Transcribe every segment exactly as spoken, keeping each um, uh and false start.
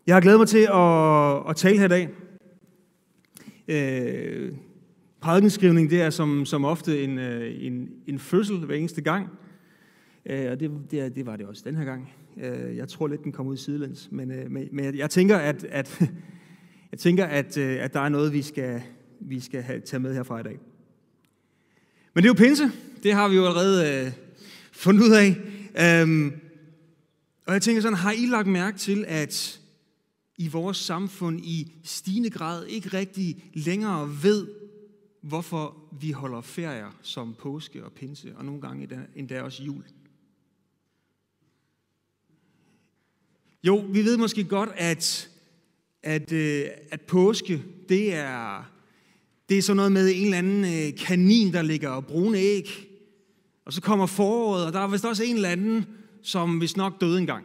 Jeg har glædet mig til at, at tale her i dag. Øh, prædikenskrivning, det er som, som ofte en, en, en fødsel hver eneste gang. Øh, og det, det, det var det også den her gang. Øh, jeg tror lidt, den kom ud sidelæns. Men, øh, men, men jeg tænker, at, at, jeg tænker at, at der er noget, vi skal, vi skal have, tage med herfra i dag. Men det er jo pinse. Det har vi jo allerede øh, fundet ud af. Øh, og jeg tænker sådan, har I lagt mærke til, at i vores samfund i stigende grad ikke rigtig længere ved, hvorfor vi holder ferier som påske og pinse, og nogle gange endda også jul? Jo, vi ved måske godt, at, at, at påske, det er, det er sådan noget med en eller anden kanin, der ligger brune æg, og så kommer foråret, og der er vist også en eller anden, som vist nok døde engang.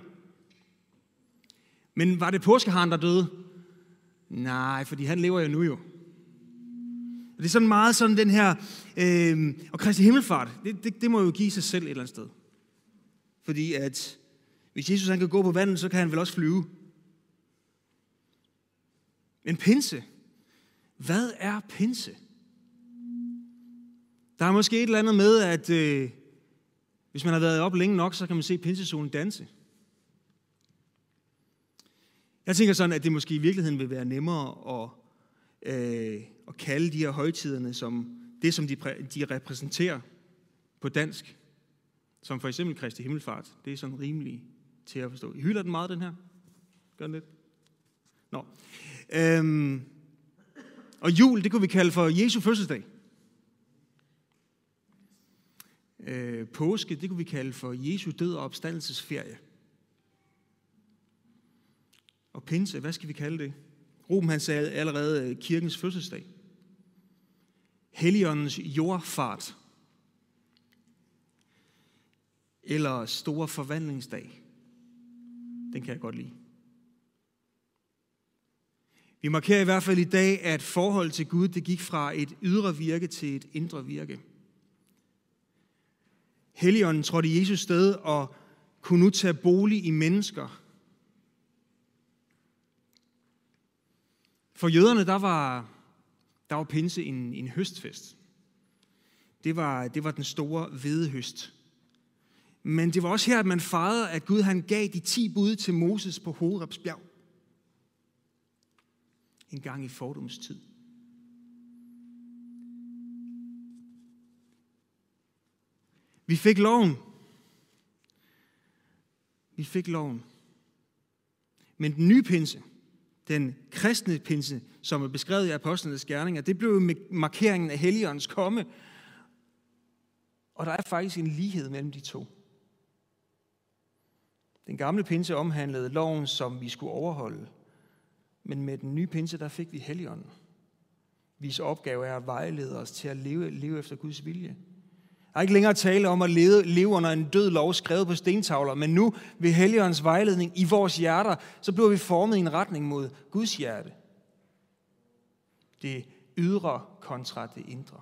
Men var det påskeharen, der døde? Nej, fordi han lever jo nu jo. Og det er sådan meget sådan den her, øh, og Kristi himmelfart, det, det, det må jo give sig selv et eller andet sted. Fordi at, hvis Jesus han kan gå på vandet, så kan han vel også flyve. Men pinse, hvad er pinse? Der er måske et eller andet med, at øh, hvis man har været op længe nok, så kan man se pinsesolen danse. Jeg tænker sådan, at det måske i virkeligheden vil være nemmere at, øh, at kalde de her højtiderne som det, som de, de repræsenterer på dansk. Som for eksempel Kristi himmelfart. Det er sådan rimelig til at forstå. I hylder den meget, den her? Gør den lidt? Nå. Øhm, og jul, det kunne vi kalde for Jesu fødselsdag. Øh, påske, det kunne vi kalde for Jesu død og opstandelsesferie. Og pinse, hvad skal vi kalde det? Ruben han sagde allerede kirkens fødselsdag. Helligåndens jordfart. Eller store forvandlingsdag. Den kan jeg godt lide. Vi markerer i hvert fald i dag, at forholdet til Gud, det gik fra et ydre virke til et indre virke. Helligånden trådte i Jesus sted og kunne nu tage bolig i mennesker. For jøderne, der var, der var pinse en, en høstfest. Det var, det var den store hvedehøst. Men det var også her, at man fejrede, at Gud han gav de ti bud til Moses på Horebs bjerg. En gang i fordums tid. Vi fik loven. Vi fik loven. Men den nye pinse, den kristne pinse, som er beskrevet i apostlenes gerninger, det blev med markeringen af Helligåndens komme. Og der er faktisk en lighed mellem de to. Den gamle pinse omhandlede loven, som vi skulle overholde. Men med den nye pinse, der fik vi Helligånden. Hvis opgave er at vejlede os til at leve, leve efter Guds vilje. Der er ikke længere tale om at leve, leve under en død lov skrevet på stentavler, men nu ved Helligåndens vejledning i vores hjerter, så bliver vi formet i en retning mod Guds hjerte. Det ydre kontra det indre.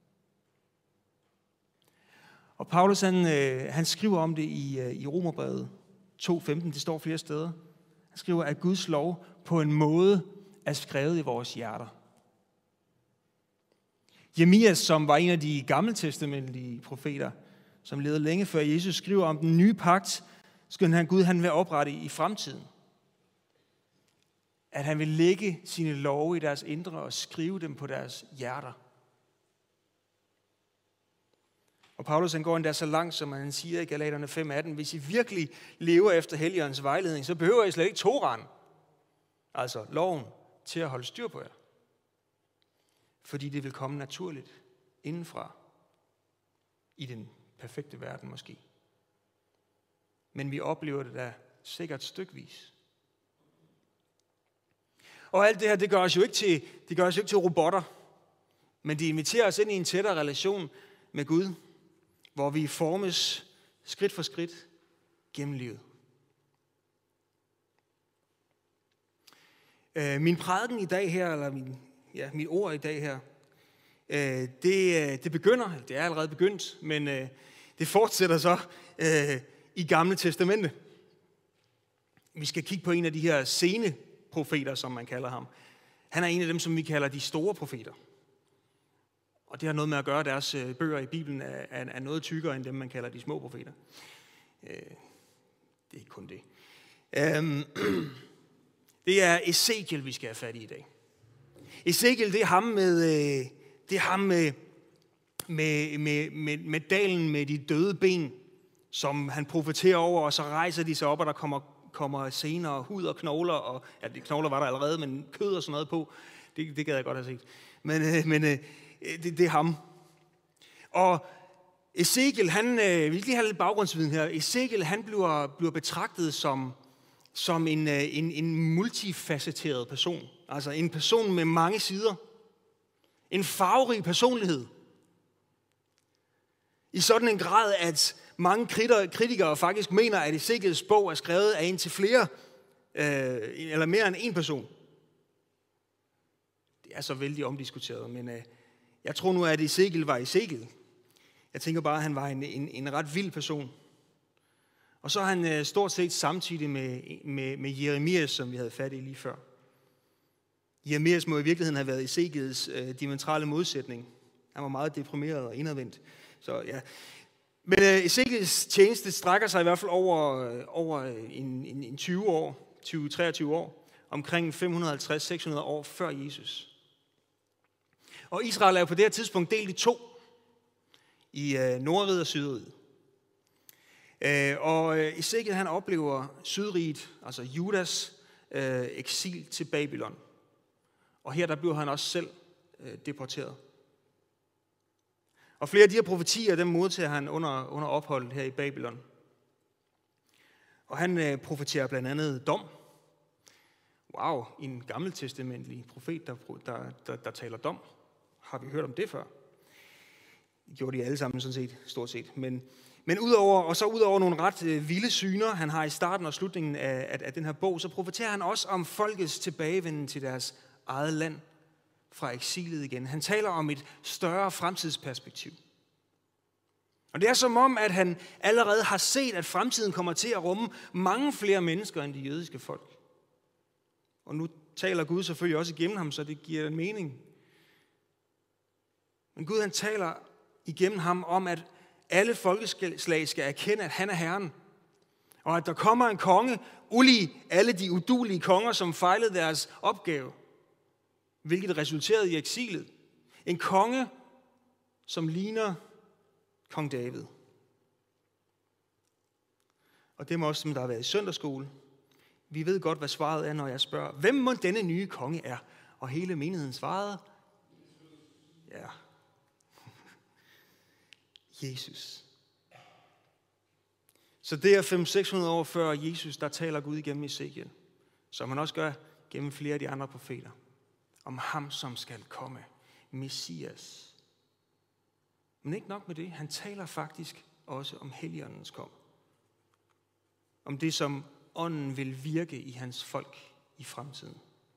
Og Paulus han, han skriver om det i, i Romerbrevet to femten, det står flere steder. Han skriver, at Guds lov på en måde er skrevet i vores hjerter. Jeremias, som var en af de gammeltestamentlige profeter, som levede længe før Jesus, skriver om den nye pagt, skulle han Gud han vil oprette i fremtiden. At han vil lægge sine love i deres indre og skrive dem på deres hjerter. Og Paulus han går endda så langt, som han siger i Galaterne fem atten, hvis I virkelig lever efter Helligåndens vejledning, så behøver I slet ikke Toraen, altså loven, til at holde styr på jer. Fordi det vil komme naturligt indenfra i den perfekte verden måske. Men vi oplever det da sikkert stykvis. Og alt det her, det gør os jo ikke til, det gør os jo ikke til robotter, men det inviterer os ind i en tættere relation med Gud, hvor vi formes skridt for skridt gennem livet. Min prædiken i dag her, eller min Ja, mit ord i dag her, øh, det, det begynder, det er allerede begyndt, men øh, det fortsætter så øh, i Gamle Testamente. vi skal kigge på en af de her sene profeter, som man kalder ham. Han er en af dem, som vi kalder de store profeter. Og det har noget med at gøre, at deres bøger i Bibelen er, er noget tykkere end dem, man kalder de små profeter. Det er ikke kun det. Det er Ezekiel, vi skal have fat i i dag. Ezekiel, det er ham med, det er ham med, med, med, med, med dalen med de døde ben, som han profeterer over, og så rejser de sig op, og der kommer, kommer senere hud og knogler, og ja, de knogler var der allerede, men kød og sådan noget på. Det, det gad jeg godt have set. Men, men det, det er ham. Og Ezekiel, han, vi vil lige have lidt baggrundsviden her. Ezekiel, han bliver, bliver betragtet som, som en, en, en multifacetteret person. Altså en person med mange sider. En farverig personlighed. I sådan en grad, at mange kritikere faktisk mener, at Ezekiels bog er skrevet af en til flere, øh, eller mere end en person. Det er så vældig omdiskuteret, men øh, jeg tror nu, at Ezekiel var Ezekiel. Jeg tænker bare, at han var en, en, en ret vild person. Og så er han øh, stort set samtidig med, med, med Jeremias, som vi havde fat i lige før. Jeremias må i virkeligheden have været Ezekiels øh, diametrale modsætning. Han var meget deprimeret og indadvendt. Så ja. Men øh, Ezekiels tjeneste strækker sig i hvert fald over, øh, over en, en, en tyve år, tyve til treogtyve år, omkring fem hundrede og halvtreds til seks hundrede år før Jesus. Og Israel er jo på det her tidspunkt delt i to, i øh, Nordriget og Sydriget. Øh, og øh, Ezekiel han oplever Sydriget, altså Judas øh, eksil til Babylon. Og her der bliver han også selv øh, deporteret. Og flere af de her profetier, dem modtager han under, under opholdet her i Babylon. Og han øh, profeterer blandt andet dom. Wow, en gammeltestamentlig profet, der, der, der, der taler dom. Har vi hørt om det før? Det gjorde de alle sammen sådan set, stort set. Men, men udover, og så udover nogle ret øh, vilde syner, han har i starten og slutningen af, af, af den her bog, så profeterer han også om folkets tilbagevenden til deres eget land fra eksilet igen. Han taler om et større fremtidsperspektiv. Og det er som om, at han allerede har set, at fremtiden kommer til at rumme mange flere mennesker end de jødiske folk. Og nu taler Gud selvfølgelig også igennem ham, så det giver en mening. Men Gud han taler igennem ham om, at alle folkeslag skal erkende, at han er Herren. Og at der kommer en konge, ulig alle de uduelige konger, som fejlede deres opgave. Hvilket resulterede i eksilet. En konge, som ligner kong David. Og det er også, som der har været i søndagsskole. Vi ved godt, hvad svaret er, når jeg spørger, hvem må denne nye konge er? Og hele menigheden svarede, ja, Jesus. Så det er fem til seks hundrede år før Jesus, der taler Gud igennem Ezekiel, som han også gør gennem flere af de andre profeter, om ham, som skal komme, Messias. Men ikke nok med det, han taler faktisk også om Helligåndens kom. Om det, som ånden vil virke i hans folk i fremtiden.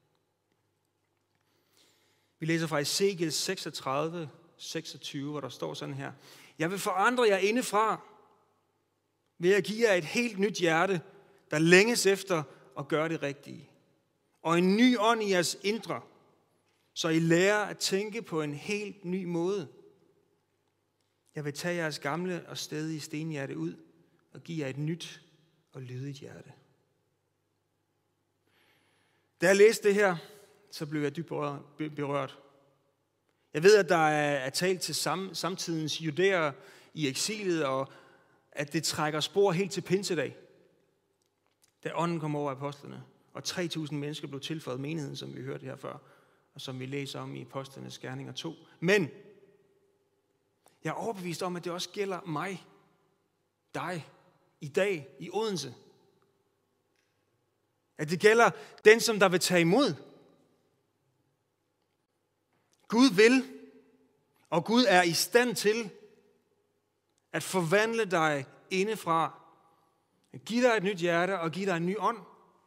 Vi læser fra Ezekiel seksogtredive, seksogtyve, hvor der står sådan her. Jeg vil forandre jer indefra, ved at give jer et helt nyt hjerte, der længes efter at gøre det rigtige. Og en ny ånd i jeres indre, så I lærer at tænke på en helt ny måde. Jeg vil tage jeres gamle og stedige stenhjerte ud og give jer et nyt og lydigt hjerte. Da jeg læste det her, så blev jeg dybt berørt. Jeg ved, at der er talt til samtidens judæer i eksilet, og at det trækker spor helt til pinsedag, da ånden kom over apostlene, og tre tusind mennesker blev tilføjet menigheden, som vi hørte her før, og som vi læser om i Apostlenes Gerninger to. Men jeg er overbevist om, at det også gælder mig, dig, i dag, i Odense. At det gælder den, som der vil tage imod. Gud vil, og Gud er i stand til at forvandle dig indefra. At give dig et nyt hjerte og give dig en ny ånd.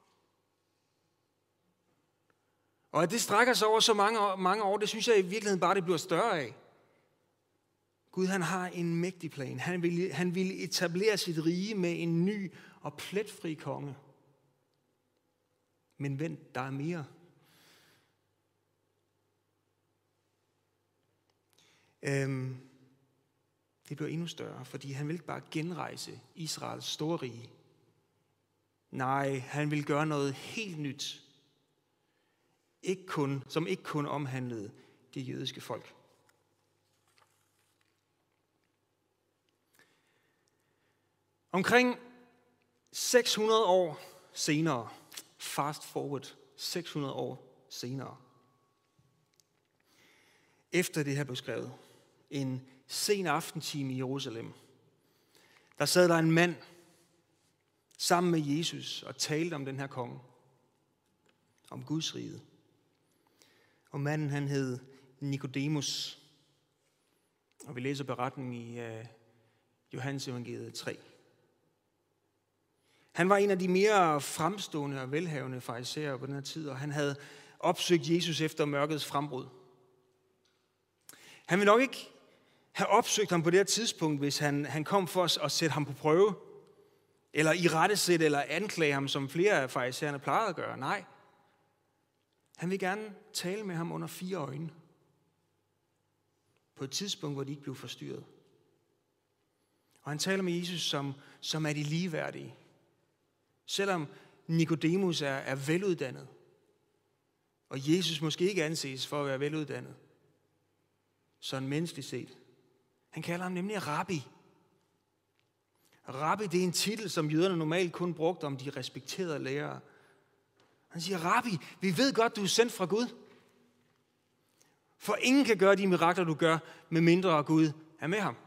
Og at det strækker sig over så mange år, mange år, det synes jeg i virkeligheden bare, det bliver større af. Gud han har en mægtig plan. Han vil, han vil etablere sit rige med en ny og pletfri konge. Men vent, der er mere. Øhm, det bliver endnu større, fordi han vil ikke bare genrejse Israels store rige. Nej, han vil gøre noget helt nyt, ikke kun, som ikke kun omhandlede det jødiske folk. Omkring seks hundrede år senere, fast forward seks hundrede år senere, efter det her blev skrevet, en sen aftentime i Jerusalem, der sad der en mand sammen med Jesus og talte om den her konge, om Guds rige. Og manden, han hed Nikodemus, og vi læser beretningen i uh, Johannes evangeliet tre. Han var en af de mere fremstående og velhavende farisæer på den her tid, og han havde opsøgt Jesus efter mørkets frembrud. Han ville nok ikke have opsøgt ham på det her tidspunkt, hvis han, han kom for os at sætte ham på prøve, eller irettesætte eller anklage ham, som flere af farisæerne plejede at gøre. Nej, han vil gerne tale med ham under fire øjne, på et tidspunkt, hvor de ikke blev forstyrret. Og han taler med Jesus, som, som er de ligeværdige. Selvom Nikodemus er, er veluddannet, og Jesus måske ikke anses for at være veluddannet, sådan menneskeligt set. Han kalder ham nemlig rabbi. Rabbi, det er en titel, som jøderne normalt kun brugte om de respekterede lærere. Han siger, rabbi, vi ved godt, du er sendt fra Gud. For ingen kan gøre de mirakler, du gør, med mindre Gud er med ham.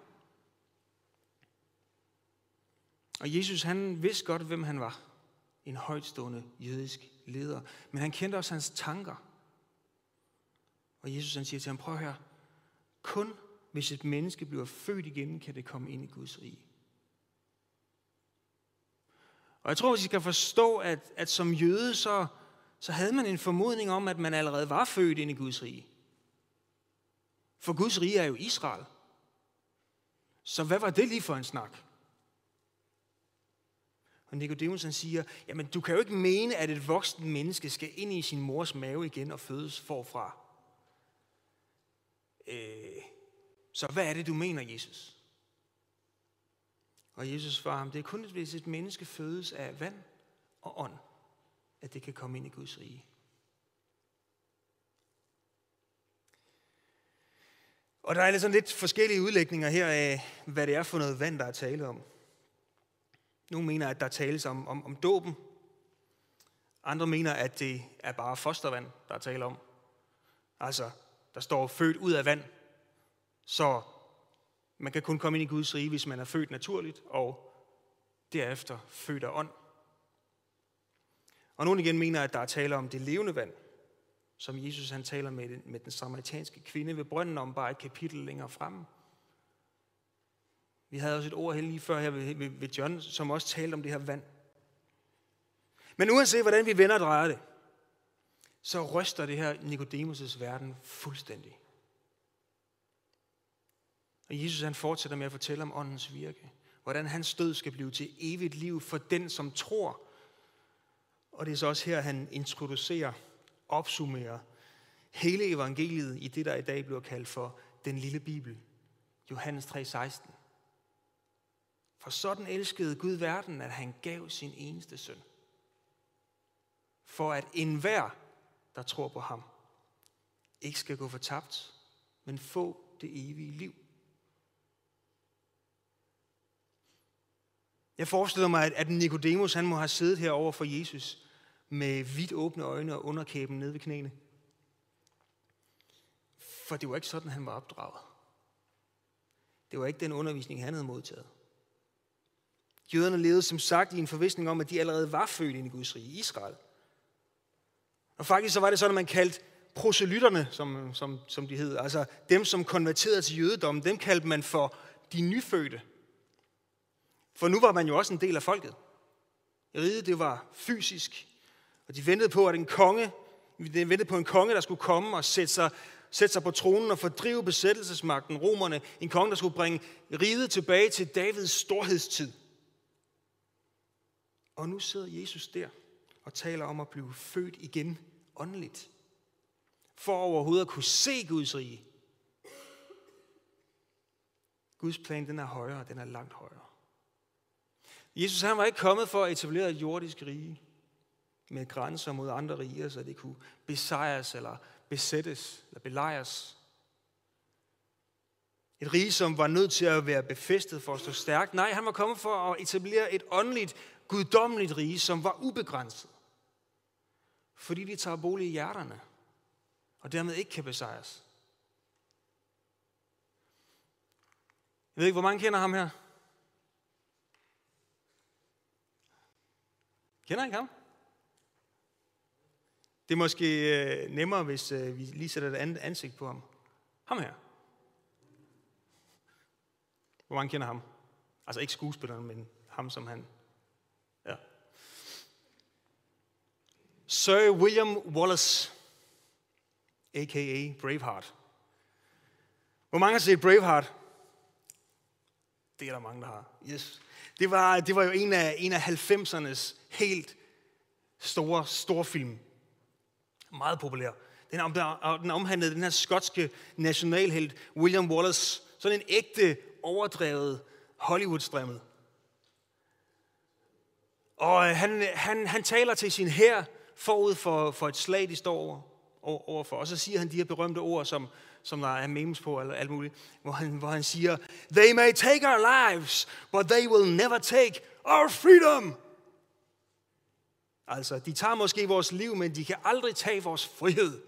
Og Jesus, han vidste godt, hvem han var. En højtstående jødisk leder. Men han kendte også hans tanker. Og Jesus, han siger til ham, prøv her. Kun hvis et menneske bliver født igen, kan det komme ind i Guds rige. Og jeg tror, at I skal forstå, at, at som jøde, så, så havde man en formodning om, at man allerede var født ind i Guds rige. For Guds rige er jo Israel. Så hvad var det lige for en snak? Og Nikodemus han siger, jamen du kan jo ikke mene, at et voksen menneske skal ind i sin mors mave igen og fødes forfra. Øh, så hvad er det, du mener, Jesus? Og Jesus svarer ham, det er kun, hvis et menneske fødes af vand og ånd, at det kan komme ind i Guds rige. Og der er sådan lidt forskellige udlægninger her af, hvad det er for noget vand, der er tale om. Nogle mener, at der tales om, om, om dåben. Andre mener, at det er bare fostervand, der er tale om. Altså, der står født ud af vand. Så man kan kun komme ind i Guds rige, hvis man er født naturligt, og derefter født af ånd. Og nogle igen mener, at der er tale om det levende vand, som Jesus han taler med den, med den samaritanske kvinde ved brønden om bare et kapitel længere fremme. Vi havde også et ord lige før her ved, ved, ved John, som også talte om det her vand. Men uanset hvordan vi vender og drejer det, så ryster det her Nikodemus' verden fuldstændig. Og Jesus han fortsætter med at fortælle om åndens virke. Hvordan hans død skal blive til evigt liv for den, som tror. Og det er så også her, han introducerer, opsummerer hele evangeliet i det, der i dag bliver kaldt for den lille Bibel. Johannes tre seksten. For sådan elskede Gud verden, at han gav sin eneste søn. For at enhver, der tror på ham, ikke skal gå fortabt, men få det evige liv. Jeg forestiller mig, at Nikodemus han må have siddet herovre for Jesus med vidt åbne øjne og underkæben nede ved knæene. For det var ikke sådan, han var opdraget. Det var ikke den undervisning, han havde modtaget. Jøderne levede som sagt i en forvisning om, at de allerede var født ind i Guds rige, Israel. Og faktisk så var det sådan, at man kaldte proselytterne, som, som, som de hed, altså dem, som konverterede til jødedommen, dem kaldte man for de nyfødte. For nu var man jo også en del af folket. Riget, det var fysisk, og de ventede på, at en konge, de ventede på en konge, der skulle komme og sætte sig, sætte sig på tronen og fordrive besættelsesmagten, romerne. En konge, der skulle bringe riget tilbage til Davids storhedstid. Og nu sidder Jesus der og taler om at blive født igen åndeligt. For overhovedet at kunne se Guds rige. Guds plan, den er højere, den er langt højere. Jesus, han var ikke kommet for at etablere et jordisk rige med grænser mod andre riger, så det kunne besejres eller besættes eller belejres. Et rige, som var nødt til at være befæstet for at stå stærkt. Nej, han var kommet for at etablere et åndeligt, guddommeligt rige, som var ubegrænset. Fordi de tager bolig i hjerterne, og dermed ikke kan besejres. Jeg ved ikke, hvor mange kender ham her? Kender I ikke ham? Det er måske nemmere, hvis vi lige sætter et andet ansigt på ham. Ham her. Hvor mange kender ham? Altså ikke skuespilleren, men ham som han. Ja. Sir William Wallace, a k a. Braveheart. Hvor mange har set Braveheart? Det er der mange, der har. Yes. Det var, det var jo en af, en af halvfemsernes helt store storfilm. Meget populær. Den, om, den omhandlede den her skotske nationalhelt, William Wallace. Sådan en ægte, overdrevet Hollywood-stræmmet. Og han, han, han taler til sin hær forud for, for et slag, de står over, over, overfor. Og så siger han de her berømte ord, som, som der er memes på, eller alt muligt, hvor han, hvor han siger, "They may take our lives, but they will never take our freedom." Altså, de tager måske vores liv, men de kan aldrig tage vores frihed.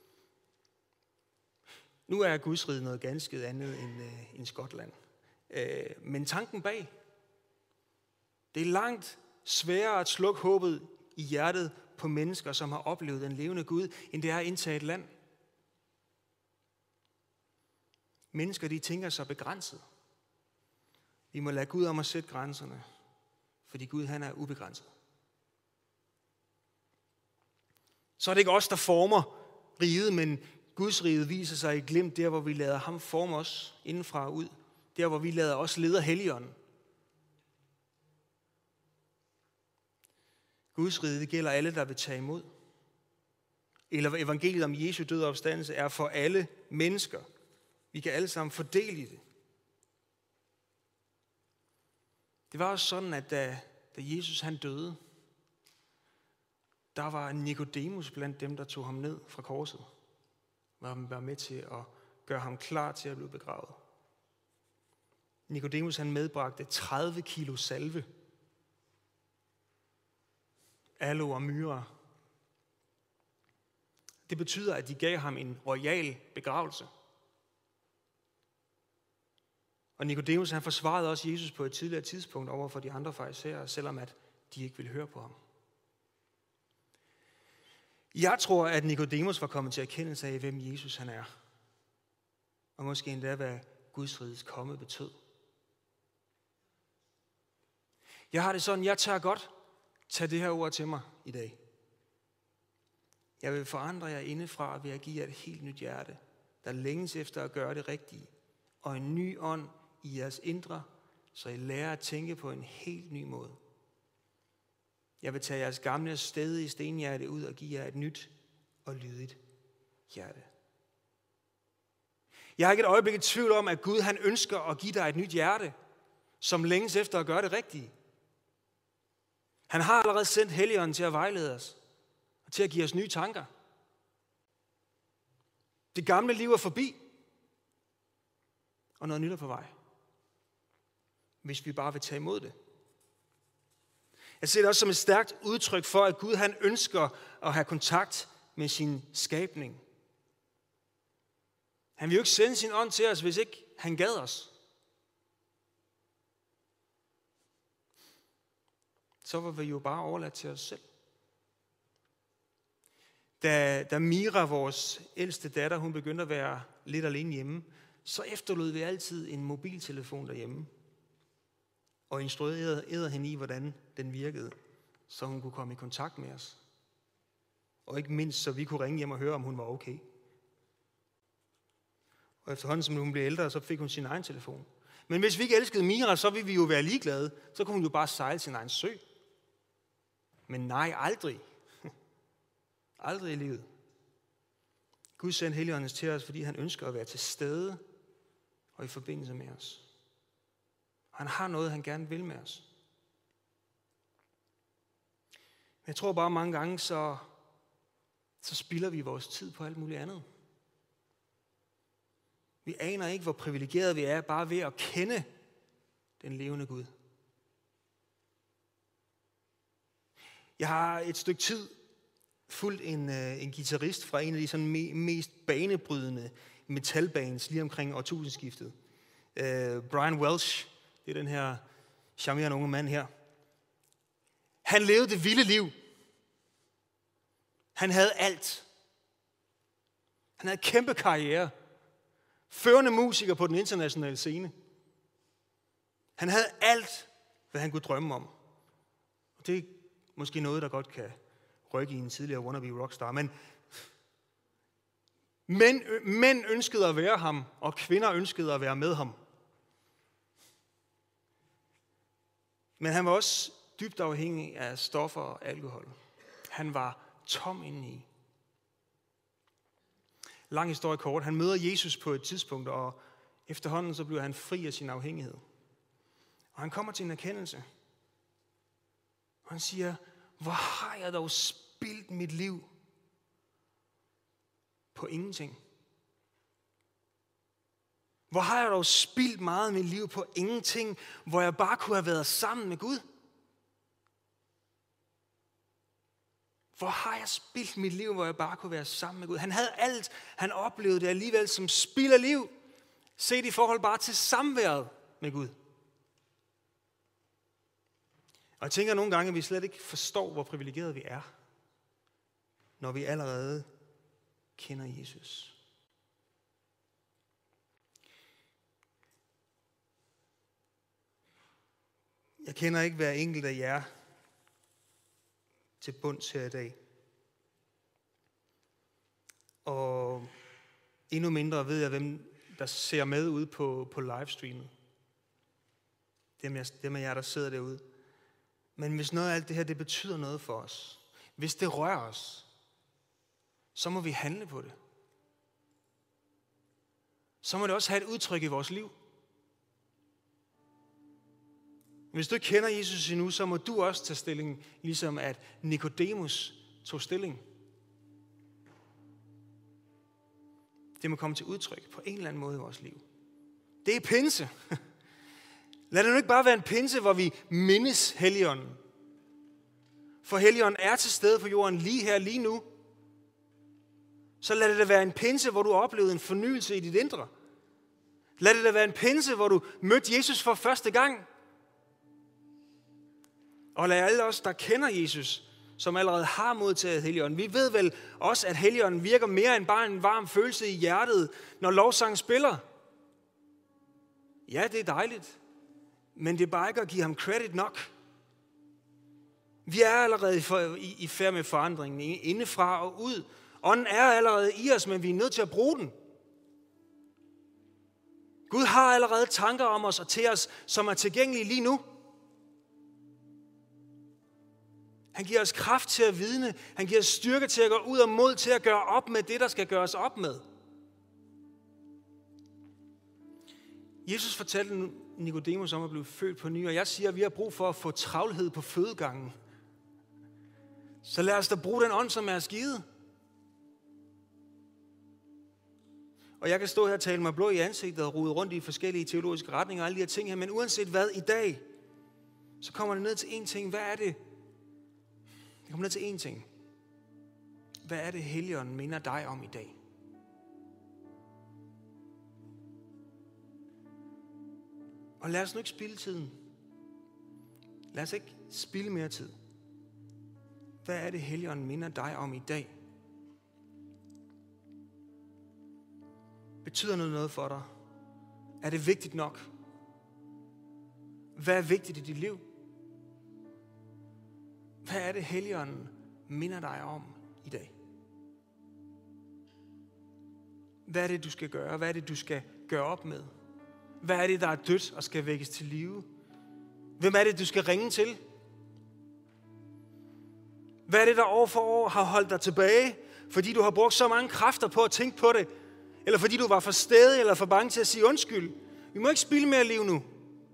Nu er Guds rige noget ganske andet end, øh, end Skotland. Øh, men tanken bag, det er langt sværere at slukke håbet i hjertet på mennesker, som har oplevet den levende Gud, end det er at indtage et land. Mennesker, de tænker sig begrænset. Vi må lade Gud om at sætte grænserne, fordi Gud, han er ubegrænset. Så er det ikke os, der former riget, men Guds rige viser sig i glimt der, hvor vi lader ham forme os indenfra og ud. Der, hvor vi lader os lede af Helligånden. Guds rige, det gælder alle, der vil tage imod. Eller evangeliet om Jesu død og opstandelse er for alle mennesker. Vi kan alle sammen fordele i det. Det var også sådan, at da, da Jesus han døde, der var Nikodemus blandt dem, der tog ham ned fra korset. Var med til at gøre ham klar til at blive begravet. Nikodemus han medbragte tredive kilo salve, aloe og myre. Det betyder, at de gav ham en royal begravelse. Og Nikodemus han forsvarede også Jesus på et tidligere tidspunkt over for de andre farisæer, selvom at de ikke ville høre på ham. Jeg tror, at Nikodemus var kommet til erkendelse af, hvem Jesus han er. Og måske endda, hvad Guds riges komme betød. Jeg har det sådan, jeg tager godt tage det her ord til mig i dag. Jeg vil forandre jer indefra ved at give jer et helt nyt hjerte, der længes efter at gøre det rigtige, og en ny ånd i jeres indre, så I lærer at tænke på en helt ny måde. Jeg vil tage jeres gamle stedige stenhjerte ud og give jer et nyt og lydigt hjerte. Jeg har ikke et øjeblik i tvivl om, at Gud han ønsker at give dig et nyt hjerte, som længes efter at gøre det rigtige. Han har allerede sendt Helligånden til at vejlede os, og til at give os nye tanker. Det gamle liv er forbi, og noget nyt er på vej. Hvis vi bare vil tage imod det. Jeg ser det også som et stærkt udtryk for, at Gud han ønsker at have kontakt med sin skabning. Han vil jo ikke sende sin ånd til os, hvis ikke han gad os. Så var vi jo bare overladt til os selv. Da, da Mira, vores ældste datter, hun begyndte at være lidt alene hjemme, så efterlod vi altid en mobiltelefon derhjemme. Og instruerede hende i, hvordan den virkede, så hun kunne komme i kontakt med os. Og ikke mindst, så vi kunne ringe hjem og høre, om hun var okay. Og efterhånden, som hun blev ældre, så fik hun sin egen telefon. Men hvis vi ikke elskede Mira, så ville vi jo være ligeglade. Så kunne hun jo bare sejle sin egen sø. Men nej, aldrig. Aldrig i livet. Gud sendte Helligånden til os, fordi han ønsker at være til stede og i forbindelse med os. Han har noget, han gerne vil med os. Men jeg tror bare mange gange, så, så spilder vi vores tid på alt muligt andet. Vi aner ikke, hvor privilegerede vi er, bare ved at kende den levende Gud. Jeg har et stykke tid fulgt en, en guitarist fra en af de sådan me, mest banebrydende metalbands lige omkring årtusindskiftet. Uh, Brian Welch, det er den her charmerende unge mand her. Han levede det vilde liv. Han havde alt. Han havde kæmpe karriere. Førende musiker på den internationale scene. Han havde alt, hvad han kunne drømme om. Og det er måske noget, der godt kan rykke i en tidligere wannabe rockstar. Men mænd, mænd ønskede at være ham, og kvinder ønskede at være med ham. Men han var også dybt afhængig af stoffer og alkohol. Han var tom indeni. Lang historie kort. Han møder Jesus på et tidspunkt, og efterhånden så bliver han fri af sin afhængighed. Og han kommer til en erkendelse. Og han siger, hvor har jeg dog spildt mit liv på ingenting? Hvor har jeg dog spildt meget af mit liv på ingenting, hvor jeg bare kunne have været sammen med Gud? Hvor har jeg spildt mit liv, hvor jeg bare kunne være sammen med Gud? Han havde alt, han oplevede det alligevel som spild af liv. Set i forhold bare til samværet med Gud. Og jeg tænker nogle gange, at vi slet ikke forstår, hvor privilegerede vi er, når vi allerede kender Jesus. Jeg kender ikke hver enkelt af jer til bunds her i dag. Og endnu mindre ved jeg, hvem der ser med ude på, på livestreamet. Dem, jeg, dem af jer, der sidder derude. Men hvis noget af alt det her, det betyder noget for os, hvis det rører os, så må vi handle på det. Så må det også have et udtryk i vores liv. Hvis du ikke kender Jesus endnu, så må du også tage stilling, ligesom at Nikodemus tog stilling. Det må komme til udtryk på en eller anden måde i vores liv. Det er pinse. Lad det nu ikke bare være en pinse, hvor vi mindes Helligånden. For Helligånden er til stede på jorden lige her, lige nu. Så lad det da være en pinse, hvor du oplevede en fornyelse i dit indre. Lad det da være en pinse, hvor du mødte Jesus for første gang. Og lad alle os, der kender Jesus, som allerede har modtaget Helligånden. Vi ved vel også, at Helligånden virker mere end bare en varm følelse i hjertet, når lovsang spiller. Ja, det er dejligt. Men det er bare ikke at give ham credit nok. Vi er allerede i, i færd med forandringen, indefra og ud. Ånden er allerede i os, men vi er nødt til at bruge den. Gud har allerede tanker om os og til os, som er tilgængelige lige nu. Han giver os kraft til at vidne. Han giver os styrke til at gå ud og mod til at gøre op med det, der skal gøres op med. Jesus fortalte Nikodemus om at blive født på ny, og jeg siger, at vi har brug for at få travlhed på fødegangen. Så lad os da bruge den ånd, som er os givet. Og jeg kan stå her og tale mig blå i ansigtet og rode rundt i forskellige teologiske retninger og alle de her ting her, men uanset hvad i dag, så kommer det ned til én ting. Hvad er det? Det kommer ned til én ting. Hvad er det, Helligånden minder dig om i dag? Og lad os nu ikke spilde tiden. Lad os ikke spilde mere tid. Hvad er det, Helligånden minder dig om i dag? Betyder noget noget for dig? Er det vigtigt nok? Hvad er vigtigt i dit liv? Hvad er det, Helligånden minder dig om i dag? Hvad er det, du skal gøre? Hvad er det, du skal gøre op med? Hvad er det, der er dødt og skal vækkes til live? Hvem er det, du skal ringe til? Hvad er det, der år for år har holdt dig tilbage, fordi du har brugt så mange kræfter på at tænke på det, eller fordi du var for stædig eller for bange til at sige undskyld? Vi må ikke spilde mere liv nu.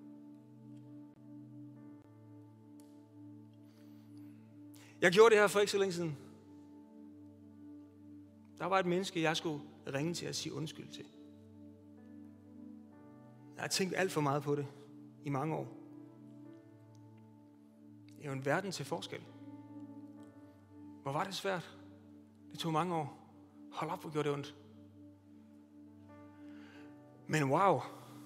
Jeg gjorde det her for ikke så længe siden. Der var et menneske, jeg skulle ringe til at sige undskyld til. Jeg har tænkt alt for meget på det i mange år. Det er jo en verden til forskel. Hvor var det svært? Det tog mange år. Hold op, hvor gjorde det ondt. Men wow.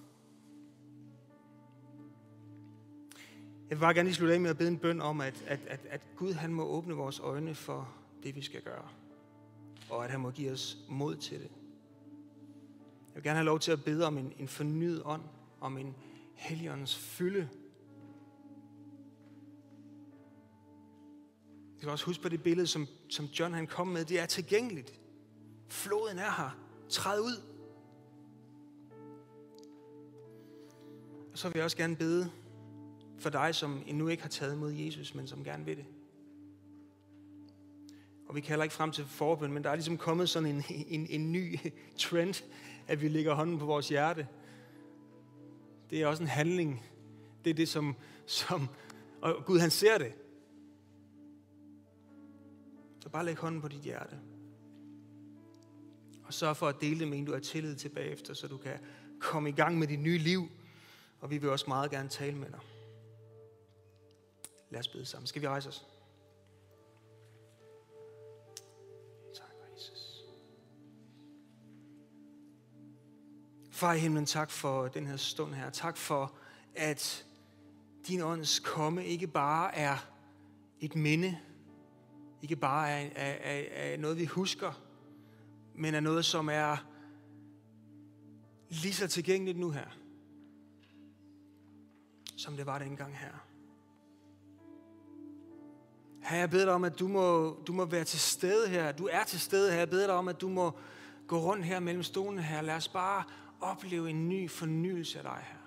Jeg vil bare gerne lige slutte af med at bede en bøn om, at, at, at, at Gud han må åbne vores øjne for det, vi skal gøre. Og at han må give os mod til det. Jeg vil gerne have lov til at bede om en, en fornyet ånd, om en Helligåndens fylde. Jeg skal også huske på det billede, som, som John han kom med. Det er tilgængeligt. Floden er her. Træd ud. Og så vil jeg også gerne bede for dig, som endnu ikke har taget imod Jesus, men som gerne vil det. Og vi kalder ikke frem til forbøn, men der er ligesom kommet sådan en, en, en ny trend, at vi lægger hånden på vores hjerte. Det er også en handling. Det er det, som, som og Gud han ser det. Så bare læg hånden på dit hjerte. Og sørg for at dele det med en, du har tillid til bagefter, så du kan komme i gang med dit nye liv. Og vi vil også meget gerne tale med dig. Lad os bede sammen. Skal vi rejse os? Tak, Jesus. Far i himlen, tak for den her stund her. Tak for, at din ånds komme ikke bare er et minde, ikke bare er, er, er, er noget, vi husker, men er noget, som er lige så tilgængeligt nu her, som det var dengang her. Herre, jeg beder dig om, at du må, du må være til stede her. Du er til stede her. Jeg beder dig om, at du må gå rundt her mellem stolene her. Lad os bare opleve en ny fornyelse af dig her.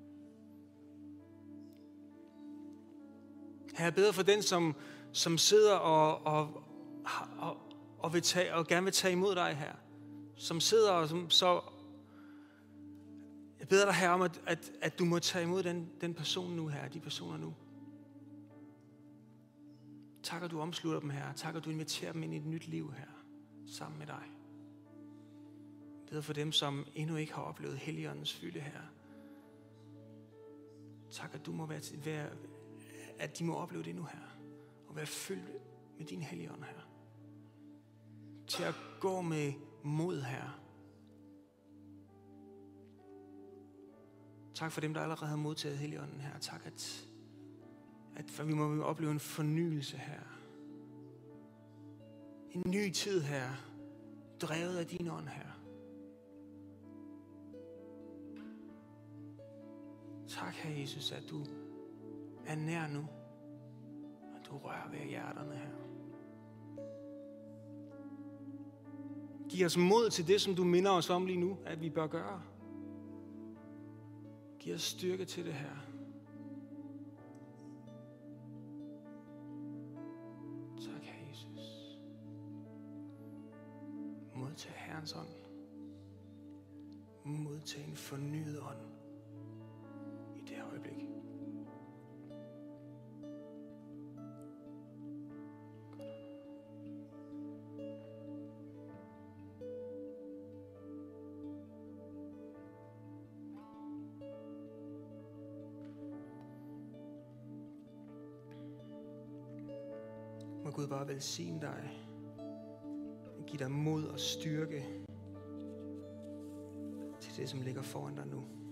Herre, jeg beder for den, som, som sidder og, og, og, og, vil tage, og gerne vil tage imod dig her. Som sidder og som, så... Jeg beder dig her om, at, at, at du må tage imod den, den person nu her, de personer nu. Tak, at du omslutter dem her. Tak, at du inviterer dem ind i et nyt liv her, sammen med dig. Jeg beder for dem, som endnu ikke har oplevet Helligåndens fylde her. Tak, at du må være, være, at de må opleve det nu her, og være fyldt med din Helligånd her. Til at gå med mod her. Tak for dem, der allerede har modtaget Helligånden her. Tak, at At for vi må opleve en fornyelse her. En ny tid her. Drevet af din ånd her. Tak, Herre Jesus, at du er nær nu. Og du rører ved hjerterne her. Giv os mod til det, som du minder os om lige nu, at vi bør gøre. Giv os styrke til det her. Modtag Herrens ånd. Modtag en fornyet ånd i det her øjeblik. Må Gud bare velsigne dig. Giv dig mod og styrke til det, som ligger foran dig nu.